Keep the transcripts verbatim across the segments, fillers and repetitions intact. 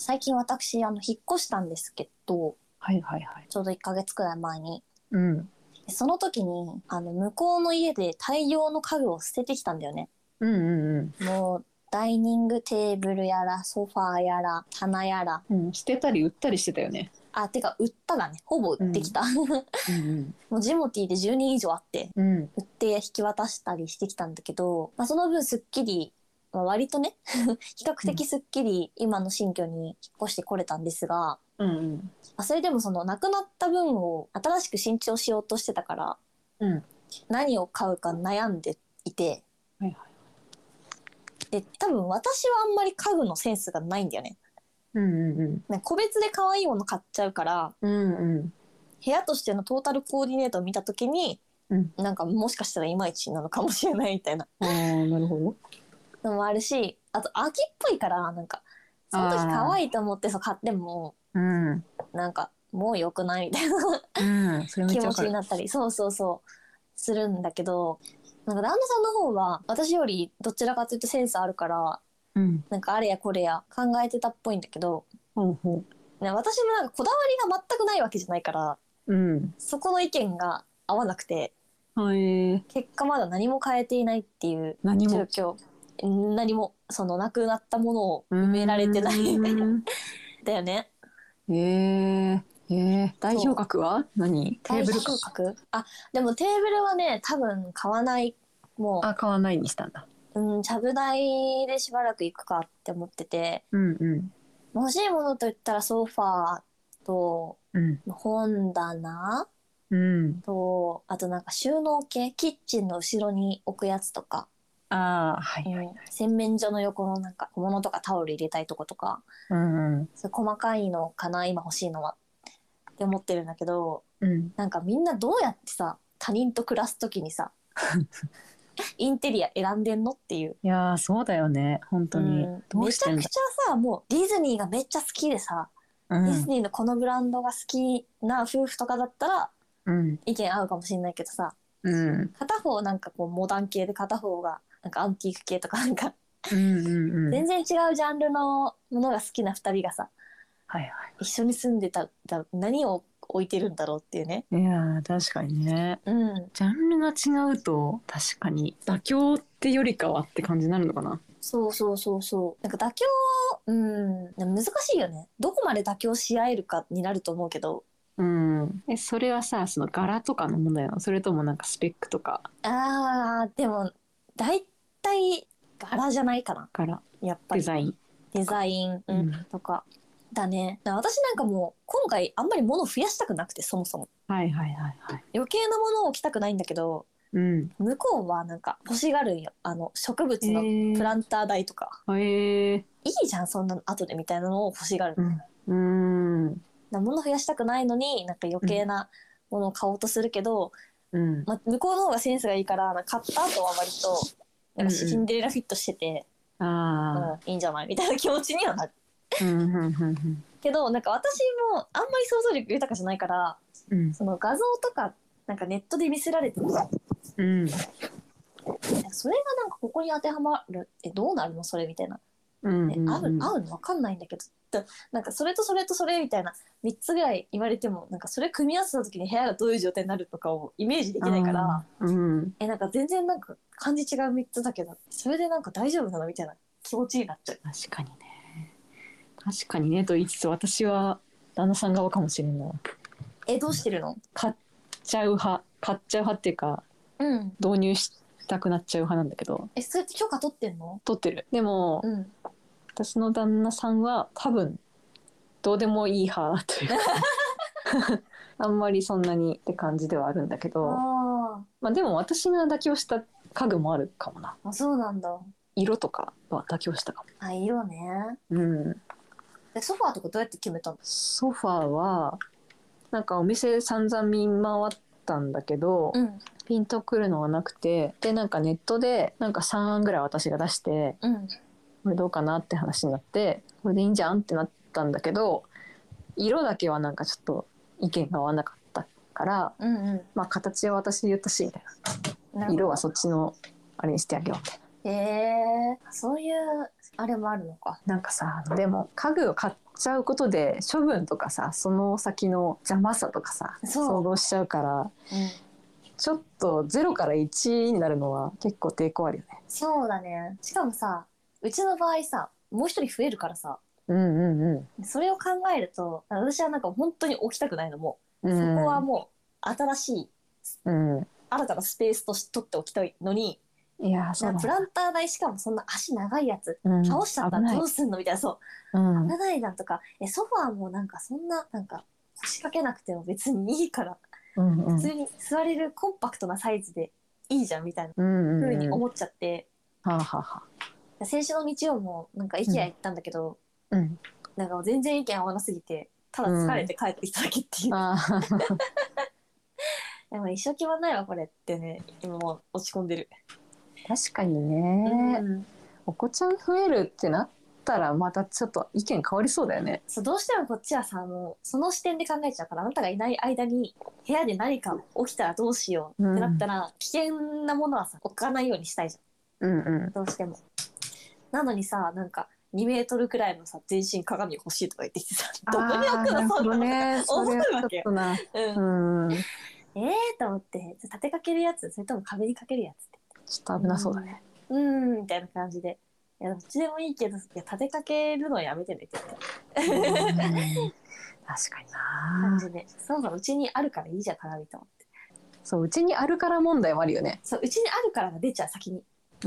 最近私あの引っ越したんですけど、 はいはいはい。 ちょうどいっかげつくらい前に。 うん。 でその時にあの向こうの家で大量の家具を捨ててきたんだよね。 うんうんもうダイニングテーブルやらソファーやら棚やら。 うん。うん、捨てたり売ったりしてたよね。 あ、てか売ったらね、ほぼ売ってきた。 うんうん。 もうジモティーでじゅうにん以上あって、 うん。 売って引き渡したりしてきたんだけど、まあ、その分すっきり、まあ、割とね比較的すっきり今の新居に引っ越してこれたんですが、 うんうん。 まあ、それでもそのなくなった分を新しく新調しようとしてたから、 うん。 何を買うか悩んでいて、 はいはい。 で多分私はあんまり家具のセンスがないんだよね。 うんうんうん。 ね、個別で可愛いもの買っちゃうから、 うんうん。 部屋としてのトータルコーディネートを見た時に、 うん。 なんかもしかしたらいまいちなのかもしれないみたいなああ、なるほど。 のもあるし、あと秋っぽいからなんかその時可愛いと思ってそう買っても、 うん。 なんかもう良くないみたいなうん。それめっ気持ちゃわかる。 ちになったり、そうそうそうするんだけど、なんか旦那さんの方は私よりどちらかというとセンスあるから、 うん。 なんかあれやこれや考えてたっぽいんだけど、 ほうほね、私もなんかこだわりが全くないわけじゃないから、 う。うん。 そこの意見が合わなくて、 はい。 結果まだ何も変えていないっていう何も。 状況。何もそのなくなったものを埋められてないだよね。 ええええ、代表格は何？テーブル代表格？あ、でもテーブルはね多分買わない。もあ、買わないにしたんだ。 う、うん、ちゃぶ台でしばらく行くかって思ってて、 うんうん。 欲しいものといったらソファーとうん。 本棚うん。 と、あとなんか収納系、キッチンの後ろに置くやつとか、 ああ、はいはい。 うん、洗面所の横のなんか小物とかタオル入れたいとことか、 うんうん。 そういう細かいのかな今欲しいのはって思ってるんだけど、 うん。 なんかみんなどうやってさ他人と暮らす時にさインテリア選んでんのっていう。 いやー、そうだよね。本当に。 うん、 どうしてんだ。 めちゃくちゃさ、もうディズニーがめっちゃ好きでさ、 うディズん。 ニーのこのブランドが好きな夫婦とかだったらうん。 意見合うかもしれないけどさ、 うん。 片方なんかこうモダン系で片方がなんかアンティーク系とかなんかうんうんうん。 全然違うジャンルのものが好きなふたりがさ、 はいは一緒に住んでたら何を置いてるんだろうっていうね。 い。いやー、確かにね。 うん、 ジャンルが違うと、確かに妥協ってよりかはって感じになるのかな。 そうそうそうそう。なんか妥協、うん、難しいよね。どこまで妥協し合えるかになると思うけど。 うん。え、それはさ、その柄とかの問題なの？それともなんかスペックとか？ あー、でも、大体柄じゃないかな。 柄、 やっぱり。 デザイン。 デザイン、うん、 うん。 とか。だね。だから私なんかもう、今回あんまり物増やしたくなくて、そもそも。 はいはいはいはい。 余計なものを置きたくないんだけど、 うん。 向こうはなんか欲しがるんよ。あの、植物のプランター台とか。 へえー。 いいじゃん、そんなの後でみたいなのを欲しがる。 うん。うん。 だ物増やしたくないのになんか余計なものを買おうとするけど、 うん。 ま、向こうの方がセンスがいいから買った後は割となんかシンデレラフィットしてて、 うんうん、あうん、いいんじゃないみたいな気持ちにはなる。 あ。うんうんうんうん。 けどなんか私もあんまり想像力豊かじゃないから、 うん。 その画像とかなんかネットで見せられてもさ、 うん。 それがなんかここに当てはまるえどうなるのそれみたいな、 うんえ合う合うの分かんないんだけど、なんかそれとそれとそれみたいなみっつぐらい言われてもなんかそれ組み合わせた時に部屋がどういう状態になるとかをイメージできないから、 うん、 えなんか全然なんか感じ違うみっつだけどそれでなんか大丈夫なのみたいな気持ちになっちゃう。 確かにね。確かにねと言いつつ私は旦那さん側かもしれない。 えどうしてるの？ 買っちゃう派買っちゃう派っていうか、 うん、 導入したくなっちゃう派なんだけど。 えそれって許可取ってんの？ 取ってる。でも、 うん、 私の旦那さんは多分どうでもいい派というかあんまりそんなにって感じではあるんだけど、 あまあでも私が妥協した家具もあるかもな。 あそうなんだ。 色とかは妥協したかも。 あ色ね。 うん。 でソファーとかどうやって決めたの？ ソファーはなんかお店散々見回ったんだけど、 うんピンとくるのはなくて、でなんかネットでなんかさんあんぐらい私が出して、 うん、 これどうかなって話になって、これでいいんじゃんってなったんだけど、色だけはなんかちょっと意見が合わなかったから、 うんうん、 まあ形は私で言ったしみたいな、色はそっちのあれにしてあげようみたいへえ、そういうあれもあるのか。 なんかさ、でも家具を買っちゃうことで処分とかさ、その先の邪魔さとかさそう想像しちゃうから、 うん、 ちょっとゼロからいちになるのは結構抵抗あるよね。 そうだね。しかもさ、うちの場合さ、もう一人増えるからさ、 うんうんそれを考えると、私はなんか本当に置きたくないのも、 うん。 そこはもう新しい、 うん新たなスペースとして取っておきたいのに、 いやそうだね。 なプランター代しかもそんな足長いやつ、 うん倒しちゃったらどうすんのみたいな、そう、 うん危ないなとか、え、ソファーもなんかそんな、なんか腰掛けなくても別にいいから、 うんうん普通に座れるコンパクトなサイズでいいじゃんみたいなうんうん風にうん。 思っちゃって、 はあはあはあ。 先週の日曜もなんか IKEA 行ったんだけど、 うんなんか全然意見合わなすぎて、ただ疲れて帰ってきただけっていう。 あーでも一生決まんないわこれってね、今もう落ち込んでる。 確かにね、 うん、 お子ちゃん増えるってなったらまたちょっと意見変わりそうだよね。 そうどうしてもこっちはさ、もうその視点で考えちゃうから、あなたがいない間に部屋で何か起きたらどうしようってなったら、危険なものはさ置かないようにしたいじゃん、 うんうんどうしても。なのにさ、なんかにメートルくらいのさ全身鏡欲しいとか言ってきてさ、どこに置くのそんなの、 ね、 思うそれはわけよ。 ちょっとな。 うんうん。 えーと思って、立てかけるやつ、それとも壁にかけるやつって。 ちょっと危なそうだね。 うーん、みたいな感じで。いや、どっちでもいいけど、いや、立てかけるのやめてねって言って。 うん確かにな。 感じで。そうそう、うちにあるからいいじゃん、鏡と思って。 そう、うちにあるから問題もあるよね。 そう、うちにあるからが出ちゃう、先に。 うん。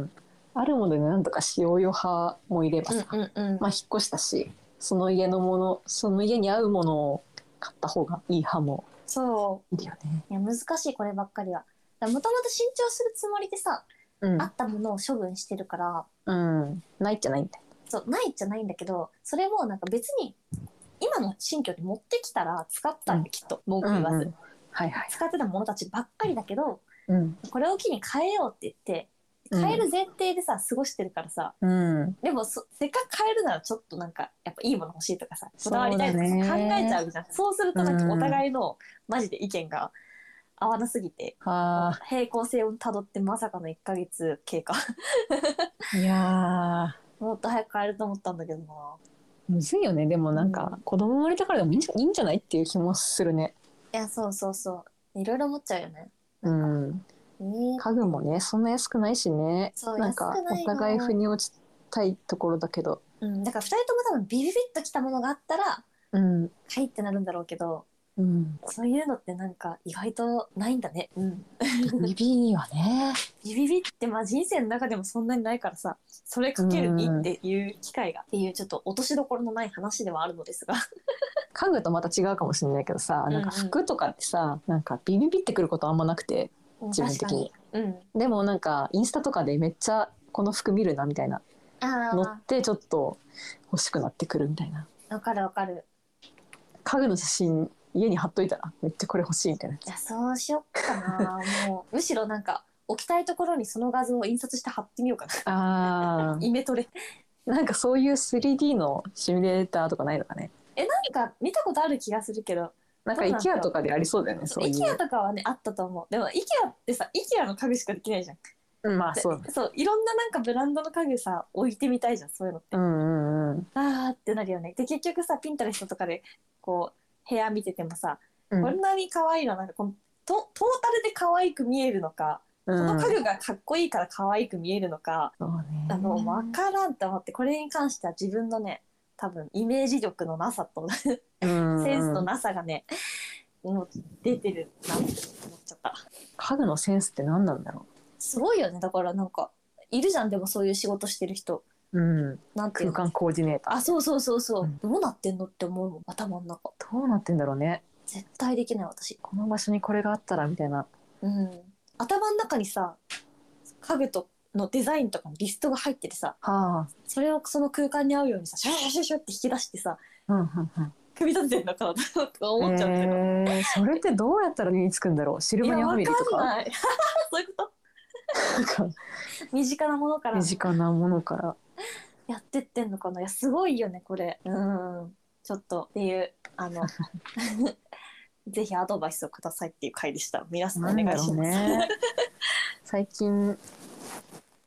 あるものでなんとかしようよ派もいればさ、 うんうんうん。 まあ引っ越したし、その家のもの、その家に合うものを買った方がいい派もそいるよね。 う。いや、難しい、こればっかりは。もともと新調するつもりでさ、 うんあったものを処分してるから、 うん。ないじゃないんだよ。 そう、ないじゃないんだけど、それもなんか別に、今の新居に持ってきたら使ったんで、きっと、文句言わず。 うんうんはいはい。 使ってたものたちばっかりだけど、 うんこれを機に変えようって言って変える前提でさ、過ごしてるからさ、 うん。 でもそせっかく変えるならちょっとなんかやっぱいいもの欲しいとかさ、こだわりたいとかさそう考だねえちゃうじゃん。そうするとなんかお互いのマジで意見が合わなすぎて、 は平行線をたどってまさかのいっかげつ経過。 あ。いやもっと早く変えると思ったんだけどな。 ー、むずいよね。でもなんか、 うん子供生まれたからでもいいんじゃいいんじゃないっていう気もするね。 いや、そうそうそう。いろいろ思っちゃうよね。 うなんか、 ん。 えー家具もね、そんな安くないしね。 そうなんか安くないのお互い腑に落ちたいところだけど。 うん、だからふたりとも多分ビビビッときたものがあったら、 うん。 はいってなるんだろうけど、 うん。 そういうのってなんか意外とないんだね。うん。 ビビにはね。 ビビビってまあ人生の中でもそんなにないからさ、それかけるにっていう機会がっていうちょっと落としどころのない話ではあるのですが。 家具とまた違うかもしれないけどさ、なんか服とかってさ、なんかビビビってくることあんまなくて、自分的に。 うん。 でもなんかインスタとかでめっちゃこの服見るなみたいなのあってちょっと欲しくなってくるみたいな。 あ、わかるわかる。 家具の写真家に貼っといたらめっちゃこれ欲しいみたいな。 いや、そうしよっかな。もう、むしろなんか置きたいところにその画像を印刷して貼ってみようかな。 あイメトレ。 ーなんかそういう スリーディー のシミュレーターとかないのかね。 え、なんか見たことある気がするけど、 なんかどうなんだろう IKEA とかでありそうだよね、そういう。 IKEA とかはね、あったと思う。でも IKEA ってさ、IKEA の家具しかできないじゃん。 うんまあそうでそう、いろんななんかブランドの家具さ、置いてみたいじゃん、そういうのって。 うんうんうんあーってなるよね。で、結局さ、ピンタレストとかで、こう、部屋見ててもさ、 うんこんなに可愛いのはなんかこのト、トータルで可愛く見えるのか、 うんこの家具がかっこいいから可愛く見えるのか、 そうね。 あの、わからんって思って、これに関しては自分のね、多分イメージ力のなさと、セうんンスのなさがね、もう出てるなって思っちゃった。 家具のセンスって何なんだろすごいよね。だからなんか、いるじゃん、でもそういう仕事してる人。 う。うん。 なんていうの。 空間コーディネーター。 あ、そうそうそうそう。 うんどうなってんのって思うもん、頭の中。 どうなってんだろうね。 絶対できない私。 この場所にこれがあったらみたいな。 うん。頭の中にさ、家具とのデザインとかのリストが入っててさ、 はそれをその空間に合うようにさ、シュシュシュシュって引き出してさ、 あ。うんうんうん。 組み立ててんのかなとか思っちゃうんだけど。 えー、それってどうやったら身につくんだろう。シルバニアファミリーとか。 いやわかんないそういうことなんか身近なものから身近なものから。 やってってんのかな。いやすごいよねこれ。うんちょっとっていうあのぜひアドバイスをくださいっていう回でした。皆さんお願いします。 なんだろうね。最近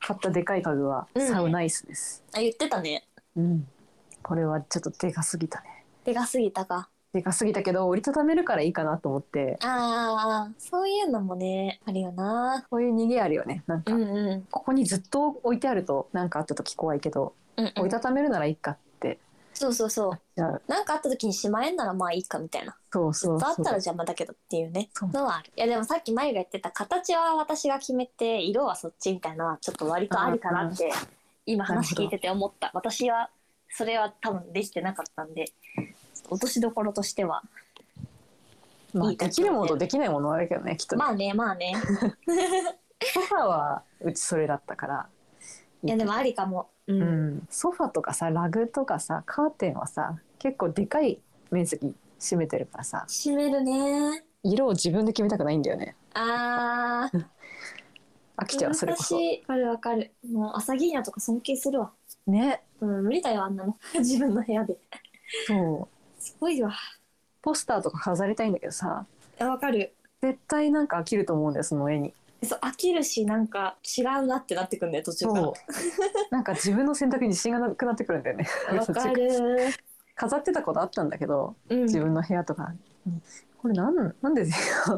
買ったでかい家具はサウナイスです、 あ、言ってたね。 うん、これはちょっとでかすぎたね。 でかすぎたか。 でかすぎたけど折りたためるからいいかなと思って。 ああ、そういうのもねあるよな。 こういう逃げあるよね。なんか、 うんうん、 ここにずっと置いてあるとなんかあった時怖いけど、 うんうん、 折りたためるならいいかって。 そうそうそう。 じゃあなんかあった時にしまえんならまあいいかみたいな。 そうそうそう。 ずっとあったら邪魔だけどっていうねそうのはある。いやでもさっきまゆが言ってた形は私が決めて色はそっちみたいなのはちょっと割とありかなって今話聞いてて思った。私はそれは多分できてなかったんで、落としどころとしては。 まあ、 いいできるものとできないものはあるけどね、きっとね。 まあねまあね。 ソファーはうちそれだったからいやでもありかも。ううんん、ソファとかさラグとかさカーテンはさ結構でかい面積占めてるからさ、 閉めるね。 色を自分で決めたくないんだよね。 あー飽きちゃうそれこそ難しい。わかるわかる。もう朝ギーナとか尊敬するわ。 ね。 うん無理だよあんなの。自分の部屋で。 そうすごいわ。 ポスターとか飾りたいんだけどさ、 あわかる。 絶対なんか飽きると思うんだよその絵に。 そう飽きるしなんか違うなってなってくんだよ途中から。 そうなんか自分の選択に自信がなくなってくるんだよね。 わかる。 飾ってたことあったんだけど、 うん、 自分の部屋とかにこれなんなんで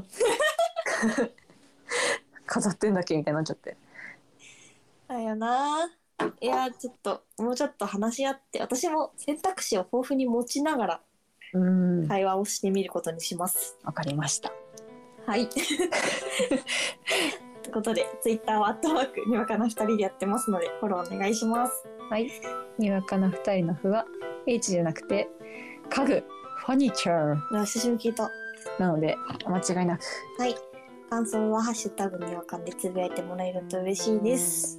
飾ってんだっけみたいになっちゃって。 だよな。いやちょっともうちょっと話し合って私も選択肢を豊富に持ちながらうん会話をしてみることにします。 わかりました。 はいということでツイッターはアットマークにわかなふたりでやってますのでフォローお願いします。 はい、にわかなふたりのふは H じゃなくて家具ファニチャー久しぶりに聞いた。 なので間違いなく。 はい感想はハッシュタグにわかんでつぶやいてもらえると嬉しいです。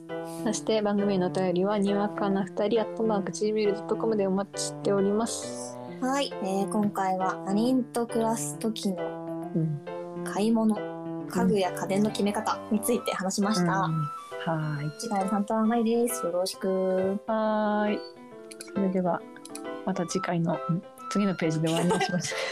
そして番組へのお便りはにわかなふたりアットマーク ジーメールドットコム でお待ちしております。 はい、えー、今回は他人と暮らす時のうん買い物、家具や家電の決め方について話しました。 うん、はーい。 次回の担当はまいです。よろしく。 はーい。それではまた次回の次のページで終わりにしましょ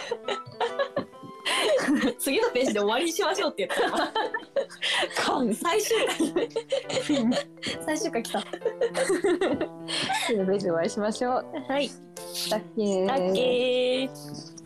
次のページで終わりにしましょうって言ったら最終回最終回来た。 次のページでお会いしましょう。 はい。 だっけー。 だっけー。